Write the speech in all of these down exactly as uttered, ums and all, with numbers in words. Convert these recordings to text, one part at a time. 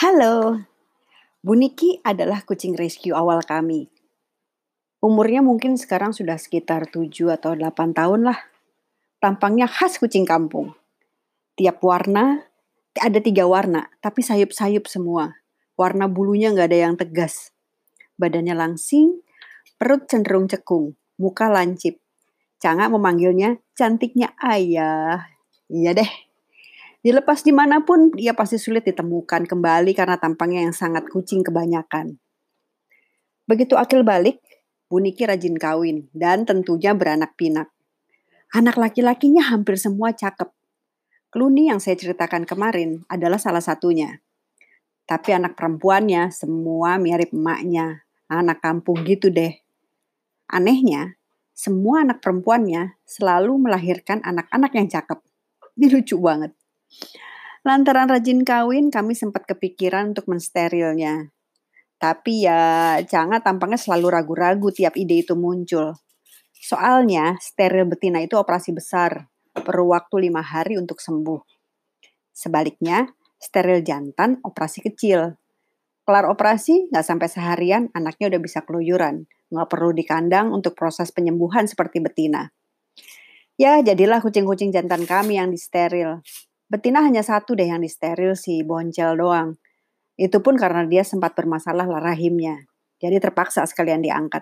Halo, Bu Niki adalah kucing rescue awal kami. Umurnya mungkin sekarang sudah sekitar tujuh atau delapan tahun lah. Tampangnya khas kucing kampung. Tiap warna, ada tiga warna, tapi sayup-sayup semua. Warna bulunya nggak ada yang tegas. Badannya langsing, perut cenderung cekung, muka lancip. Canga memanggilnya cantiknya ayah. Iya deh, dilepas dimanapun, ia pasti sulit ditemukan kembali karena tampangnya yang sangat kucing kebanyakan. Begitu akil balik, Bu Niki rajin kawin dan tentunya beranak pinak. Anak laki-lakinya hampir semua cakep. Clooney yang saya ceritakan kemarin adalah salah satunya. Tapi anak perempuannya semua mirip emaknya. Anak kampung gitu deh. Anehnya, semua anak perempuannya selalu melahirkan anak-anak yang cakep. Ini lucu banget. Lantaran rajin kawin, kami sempat kepikiran untuk mensterilnya. Tapi ya, Canga tampaknya selalu ragu-ragu tiap ide itu muncul. Soalnya, steril betina itu operasi besar, perlu waktu lima hari untuk sembuh. Sebaliknya, steril jantan operasi kecil. Kelar operasi, nggak sampai seharian, anaknya udah bisa keluyuran. Nggak perlu di kandang untuk proses penyembuhan seperti betina. Ya, jadilah kucing-kucing jantan kami yang disteril. Betina hanya satu deh yang disteril, si Boncel doang. Itu pun karena dia sempat bermasalah lah rahimnya. Jadi terpaksa sekalian diangkat.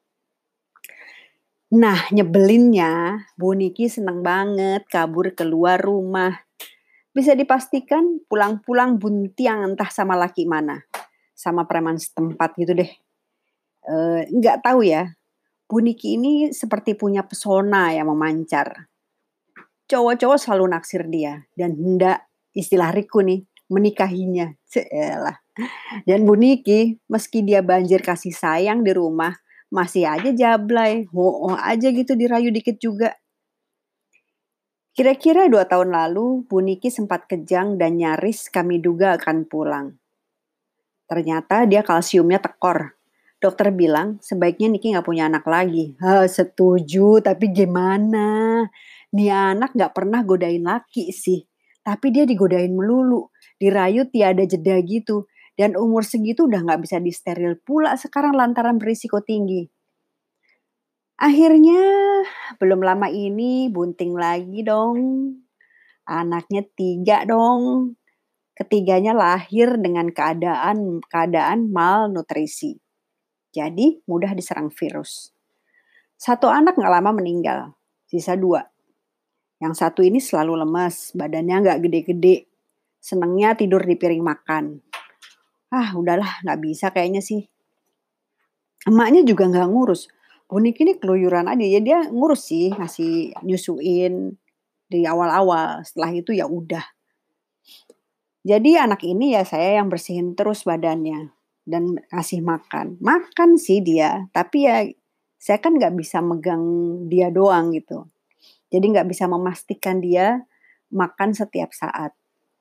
Nah, nyebelinnya, Bu Niki seneng banget kabur keluar rumah. Bisa dipastikan pulang-pulang buntiang entah sama laki mana. Sama preman setempat gitu deh. E, nggak tahu ya, Bu Niki ini seperti punya pesona yang memancar. Cowok-cowok selalu naksir dia. Dan hendak, istilah Riku nih, menikahinya. Ceelah. Dan Bu Niki, meski dia banjir kasih sayang di rumah, masih aja jablay, ho-oh aja gitu dirayu dikit juga. Kira-kira dua tahun lalu, Bu Niki sempat kejang dan nyaris kami duga akan pulang. Ternyata dia kalsiumnya tekor. Dokter bilang sebaiknya Niki gak punya anak lagi. Ha, setuju, tapi gimana? Nih anak gak pernah godain laki sih. Tapi dia digodain melulu. Dirayu tiada jeda gitu. Dan umur segitu udah gak bisa disteril pula sekarang lantaran berisiko tinggi. Akhirnya belum lama ini bunting lagi dong. Anaknya tiga dong. Ketiganya lahir dengan keadaan keadaan malnutrisi. Jadi mudah diserang virus. Satu anak gak lama meninggal. Sisa dua. Yang satu ini selalu lemas. Badannya gak gede-gede. Senengnya tidur di piring makan. Ah udahlah gak bisa kayaknya sih. Emaknya juga gak ngurus. Bu Niki ini keluyuran aja. Ya dia ngurus sih. Ngasih nyusuin di awal-awal. Setelah itu ya udah. Jadi anak ini ya saya yang bersihin terus badannya. Dan ngasih makan. Makan sih dia. Tapi ya saya kan gak bisa megang dia doang gitu. Jadi gak bisa memastikan dia makan setiap saat.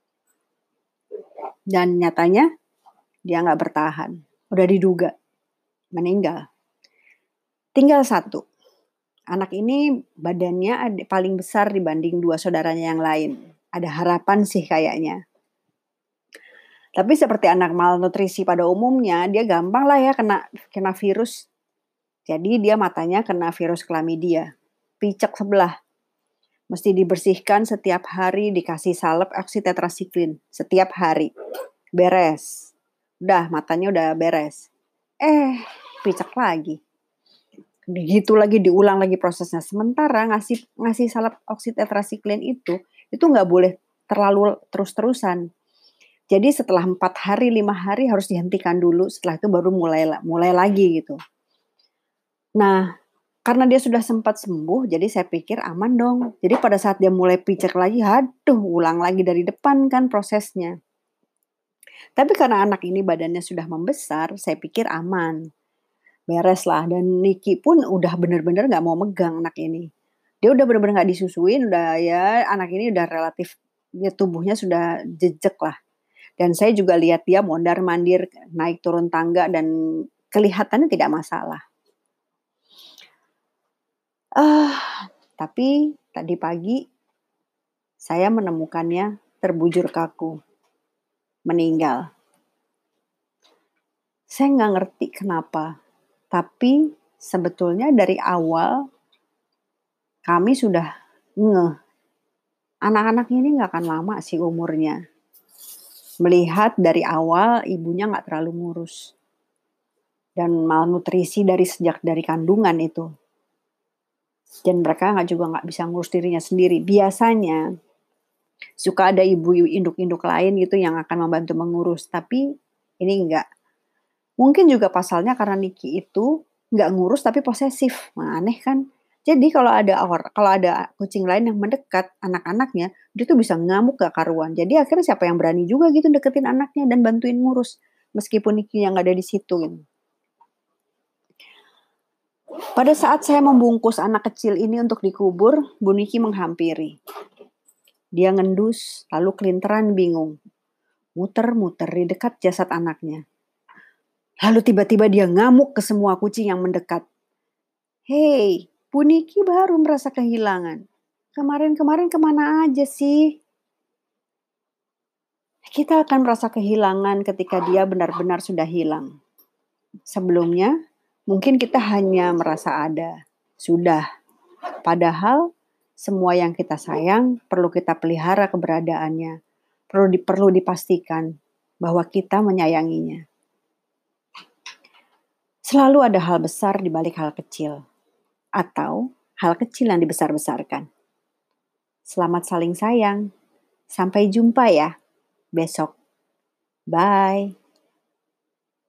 Dan nyatanya dia gak bertahan. Udah diduga meninggal. Tinggal satu. Anak ini badannya ada, paling besar dibanding dua saudaranya yang lain. Ada harapan sih kayaknya. Tapi seperti anak malnutrisi pada umumnya, dia gampang lah ya kena kena virus. Jadi dia matanya kena virus chlamydia. Picek sebelah. Mesti dibersihkan setiap hari, dikasih salep oksitetrasiklin setiap hari. Beres. Udah, matanya udah beres. Eh, picek lagi. Begitu lagi diulang lagi prosesnya. Sementara ngasih ngasih salep oksitetrasiklin itu, itu nggak boleh terlalu terus-terusan. Jadi setelah empat hari, lima hari harus dihentikan dulu. Setelah itu baru mulai mulai lagi gitu. Nah, karena dia sudah sempat sembuh, jadi saya pikir aman dong. Jadi pada saat dia mulai picek lagi, aduh, ulang lagi dari depan kan prosesnya. Tapi karena anak ini badannya sudah membesar, saya pikir aman. Beres lah. Dan Niki pun udah bener-bener gak mau megang anak ini. Dia udah bener-bener gak disusuin, udah ya anak ini udah relatif, dia tubuhnya sudah jejek lah. Dan saya juga lihat dia mondar-mandir, naik turun tangga dan kelihatannya tidak masalah. Ah, uh, tapi tadi pagi saya menemukannya terbujur kaku, meninggal. Saya nggak ngerti kenapa, tapi sebetulnya dari awal kami sudah ngeh, anak-anak ini nggak akan lama sih umurnya. Melihat dari awal ibunya nggak terlalu ngurus dan malnutrisi dari sejak dari kandungan itu. Dan mereka nggak juga nggak bisa ngurus dirinya sendiri. Biasanya suka ada ibu induk-induk lain gitu yang akan membantu mengurus, tapi ini enggak. Mungkin juga pasalnya karena Niki itu nggak ngurus tapi posesif. Nah, aneh kan? Jadi kalau ada or kalau ada kucing lain yang mendekat anak-anaknya, dia tuh bisa ngamuk gak karuan. Jadi akhirnya siapa yang berani juga gitu deketin anaknya dan bantuin ngurus, meskipun Niki yang ada di situ gitu. Pada saat saya membungkus anak kecil ini untuk dikubur, Bu Niki menghampiri. Dia ngendus, lalu kelinteran bingung. Muter-muter di dekat jasad anaknya. Lalu tiba-tiba dia ngamuk ke semua kucing yang mendekat. Hei, Bu Niki baru merasa kehilangan. Kemarin-kemarin kemana aja sih? Kita akan merasa kehilangan ketika dia benar-benar sudah hilang. Sebelumnya, mungkin kita hanya merasa ada. Sudah. Padahal, semua yang kita sayang perlu kita pelihara keberadaannya. Perlu, di, perlu dipastikan bahwa kita menyayanginya. Selalu ada hal besar di balik hal kecil. Atau hal kecil yang dibesar-besarkan. Selamat saling sayang. Sampai jumpa ya besok. Bye.